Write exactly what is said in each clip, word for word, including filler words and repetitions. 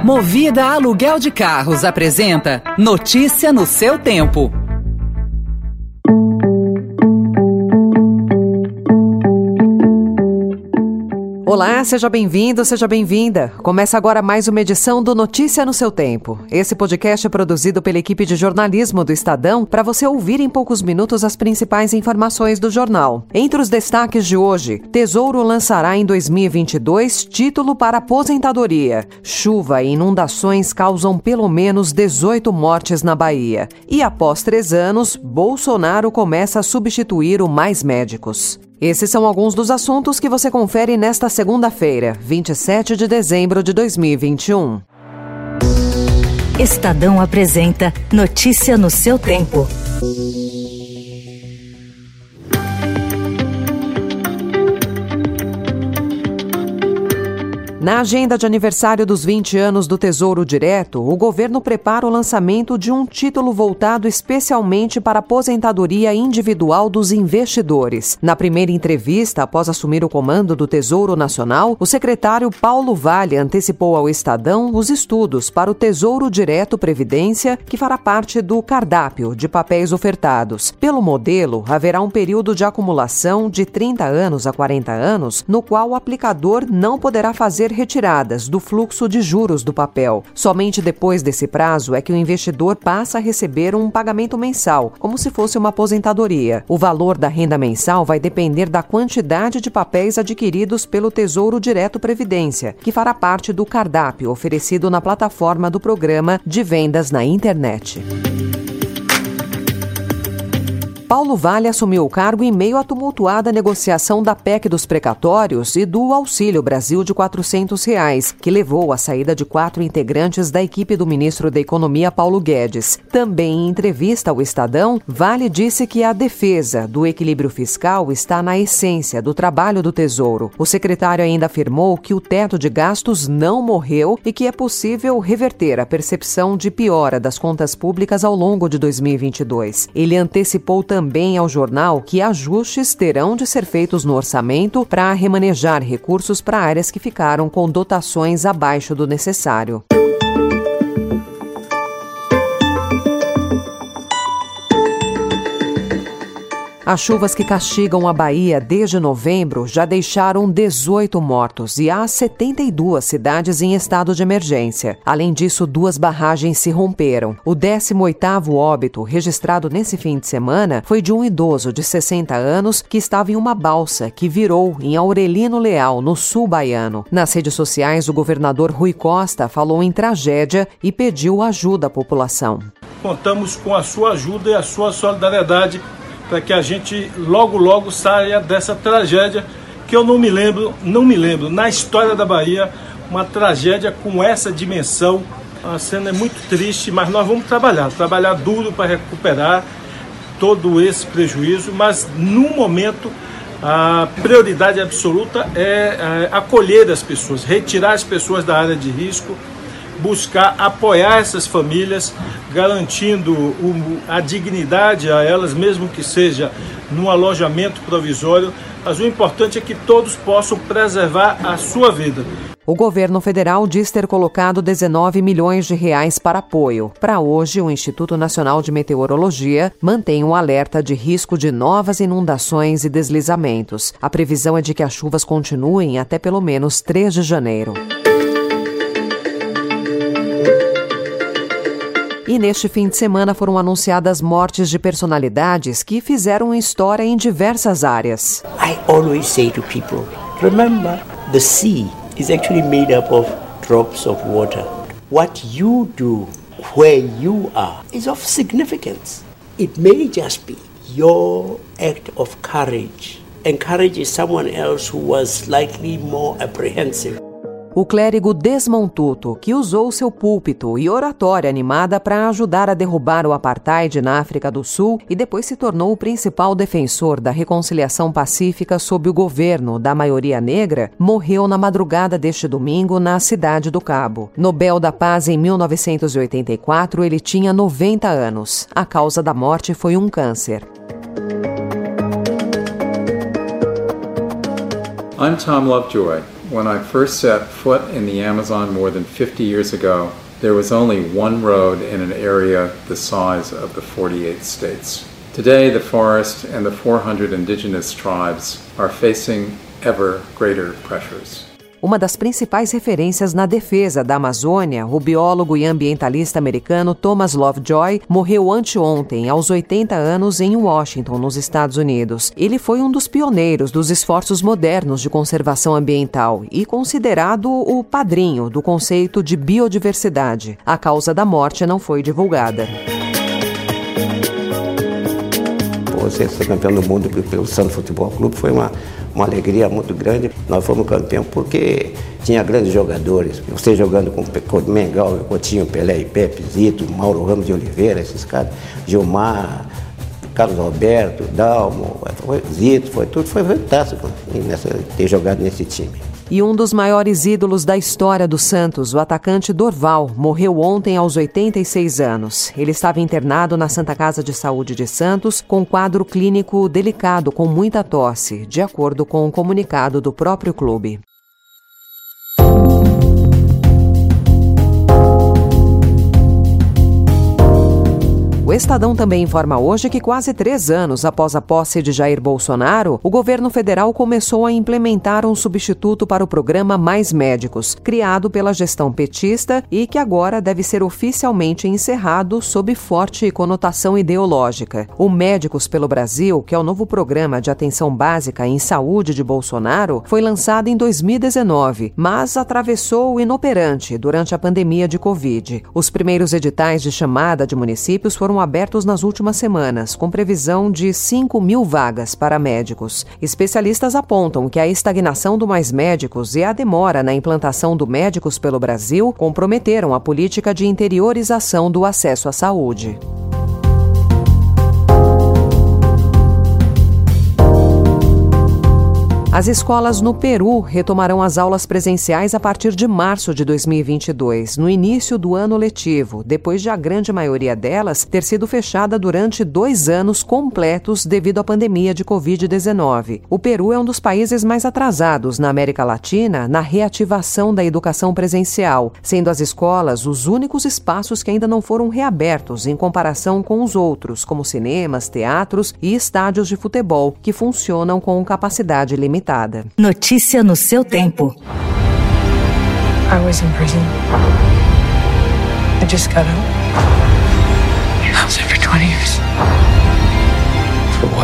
Movida Aluguel de Carros apresenta Notícia no seu tempo. Olá, seja bem-vindo, seja bem-vinda. Começa agora mais uma edição do Notícia no seu tempo. Esse podcast é produzido pela equipe de jornalismo do Estadão para você ouvir em poucos minutos as principais informações do jornal. Entre os destaques de hoje, Tesouro lançará em dois mil e vinte e dois título para aposentadoria. Chuva e inundações causam pelo menos dezoito mortes na Bahia. E após três anos, Bolsonaro começa a substituir o Mais Médicos. Esses são alguns dos assuntos que você confere nesta segunda-feira, vinte e sete de dezembro de dois mil e vinte e um. Estadão apresenta Notícia no seu tempo. Na agenda de aniversário dos vinte anos do Tesouro Direto, o governo prepara o lançamento de um título voltado especialmente para a aposentadoria individual dos investidores. Na primeira entrevista, após assumir o comando do Tesouro Nacional, o secretário Paulo Vale antecipou ao Estadão os estudos para o Tesouro Direto Previdência, que fará parte do cardápio de papéis ofertados. Pelo modelo, haverá um período de acumulação de trinta anos a quarenta anos, no qual o aplicador não poderá fazer retiradas do fluxo de juros do papel. Somente depois desse prazo é que o investidor passa a receber um pagamento mensal, como se fosse uma aposentadoria. O valor da renda mensal vai depender da quantidade de papéis adquiridos pelo Tesouro Direto Previdência, que fará parte do cardápio oferecido na plataforma do programa de vendas na internet. Paulo Vale assumiu o cargo em meio à tumultuada negociação da P E C dos precatórios e do Auxílio Brasil de quatrocentos reais, que levou à saída de quatro integrantes da equipe do ministro da Economia, Paulo Guedes. Também em entrevista ao Estadão, Vale disse que a defesa do equilíbrio fiscal está na essência do trabalho do Tesouro. O secretário ainda afirmou que o teto de gastos não morreu e que é possível reverter a percepção de piora das contas públicas ao longo de dois mil e vinte e dois. Ele antecipou também Também ao jornal que ajustes terão de ser feitos no orçamento para remanejar recursos para áreas que ficaram com dotações abaixo do necessário. As chuvas que castigam a Bahia desde novembro já deixaram dezoito mortos e há setenta e duas cidades em estado de emergência. Além disso, duas barragens se romperam. O décimo oitavo óbito registrado nesse fim de semana foi de um idoso de sessenta anos que estava em uma balsa que virou em Aurelino Leal, no sul baiano. Nas redes sociais, o governador Rui Costa falou em tragédia e pediu ajuda à população. Contamos com a sua ajuda e a sua solidariedade para que a gente logo, logo saia dessa tragédia que eu não me lembro, não me lembro, na história da Bahia, uma tragédia com essa dimensão. A cena é muito triste, mas nós vamos trabalhar, trabalhar duro para recuperar todo esse prejuízo, mas no momento a prioridade absoluta é acolher as pessoas, retirar as pessoas da área de risco, buscar apoiar essas famílias, garantindo o, a dignidade a elas, mesmo que seja num alojamento provisório, mas o importante é que todos possam preservar a sua vida. O governo federal diz ter colocado dezenove milhões de reais para apoio. Para hoje, o Instituto Nacional de Meteorologia mantém um alerta de risco de novas inundações e deslizamentos. A previsão é de que as chuvas continuem até pelo menos três de janeiro. E neste fim de semana foram anunciadas mortes de personalidades que fizeram história em diversas áreas. I always say to people, remember, the sea is actually made up of drops of water. What you do where you are is of significance. It may just be your act of courage. Encourage someone else who was likely more apprehensive. O clérigo Desmond Tutu, que usou seu púlpito e oratória animada para ajudar a derrubar o apartheid na África do Sul e depois se tornou o principal defensor da reconciliação pacífica sob o governo da maioria negra, morreu na madrugada deste domingo na Cidade do Cabo. Nobel da Paz em mil novecentos e oitenta e quatro, ele tinha noventa anos. A causa da morte foi um câncer. I'm Tom Lovejoy. When I first set foot in the Amazon more than fifty years ago, there was only one road in an area the size of the forty-eight states. Today, the forest and the four hundred indigenous tribes are facing ever greater pressures. Uma das principais referências na defesa da Amazônia, o biólogo e ambientalista americano Thomas Lovejoy, morreu anteontem, aos oitenta anos, em Washington, nos Estados Unidos. Ele foi um dos pioneiros dos esforços modernos de conservação ambiental e considerado o padrinho do conceito de biodiversidade. A causa da morte não foi divulgada. Você ser campeão do mundo pelo Santos Futebol Clube foi uma, uma alegria muito grande. Nós fomos campeão porque tinha grandes jogadores. Você jogando com Mengal, Coutinho, Pelé e Pepe, Zito, Mauro Ramos de Oliveira, esses caras, Gilmar, Carlos Alberto, Dalmo, foi, Zito, foi tudo, foi fantástico nessa, ter jogado nesse time. E um dos maiores ídolos da história do Santos, o atacante Dorval, morreu ontem aos oitenta e seis anos. Ele estava internado na Santa Casa de Saúde de Santos com quadro clínico delicado com muita tosse, de acordo com um comunicado do próprio clube. O Estadão também informa hoje que quase três anos após a posse de Jair Bolsonaro, o governo federal começou a implementar um substituto para o programa Mais Médicos, criado pela gestão petista e que agora deve ser oficialmente encerrado sob forte conotação ideológica. O Médicos pelo Brasil, que é o novo programa de atenção básica em saúde de Bolsonaro, foi lançado em dois mil e dezenove, mas atravessou o inoperante durante a pandemia de Covid. Os primeiros editais de chamada de municípios foram abertos nas últimas semanas, com previsão de cinco mil vagas para médicos. Especialistas apontam que a estagnação do Mais Médicos e a demora na implantação do Médicos pelo Brasil comprometeram a política de interiorização do acesso à saúde. As escolas no Peru retomarão as aulas presenciais a partir de março de dois mil e vinte e dois, no início do ano letivo, depois de a grande maioria delas ter sido fechada durante dois anos completos devido à pandemia de covid dezenove. O Peru é um dos países mais atrasados na América Latina na reativação da educação presencial, sendo as escolas os únicos espaços que ainda não foram reabertos em comparação com os outros, como cinemas, teatros e estádios de futebol, que funcionam com capacidade limitada. Notícia no seu tempo. I was in prison. I just got out. I was there for twenty years. For what?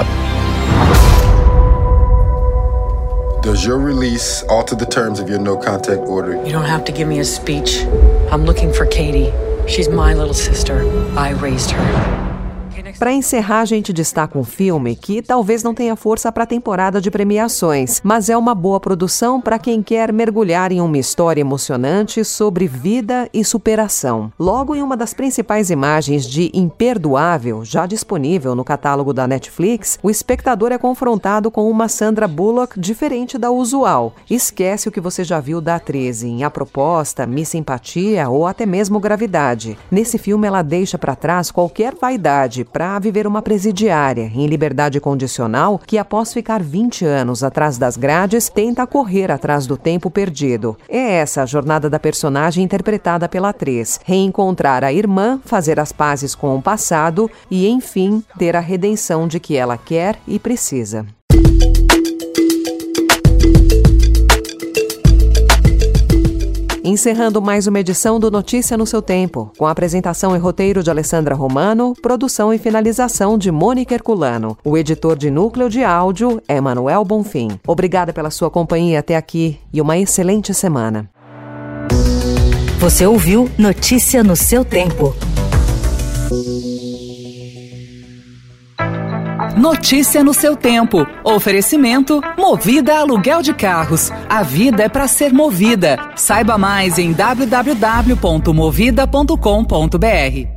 Does your release alter the terms of your no contact order? You don't have to give me a speech. I'm looking for Katie. She's my little sister. I raised her. Para encerrar, a gente destaca um filme que talvez não tenha força para a temporada de premiações, mas é uma boa produção para quem quer mergulhar em uma história emocionante sobre vida e superação. Logo em uma das principais imagens de Imperdoável, já disponível no catálogo da Netflix, o espectador é confrontado com uma Sandra Bullock diferente da usual. Esquece o que você já viu da atriz em A Proposta, Miss Simpatia ou até mesmo Gravidade. Nesse filme ela deixa para trás qualquer vaidade para a viver uma presidiária em liberdade condicional que, após ficar vinte anos atrás das grades, tenta correr atrás do tempo perdido. É essa a jornada da personagem interpretada pela atriz: reencontrar a irmã, fazer as pazes com o passado e, enfim, ter a redenção de que ela quer e precisa. Encerrando mais uma edição do Notícia no seu Tempo, com a apresentação e roteiro de Alessandra Romano, produção e finalização de Mônica Herculano. O editor de núcleo de áudio é Manuel Bonfim. Obrigada pela sua companhia até aqui e uma excelente semana. Você ouviu Notícia no seu Tempo. Notícia no seu tempo. Oferecimento Movida Aluguel de Carros. A vida é para ser movida. Saiba mais em w w w ponto movida ponto com ponto b r.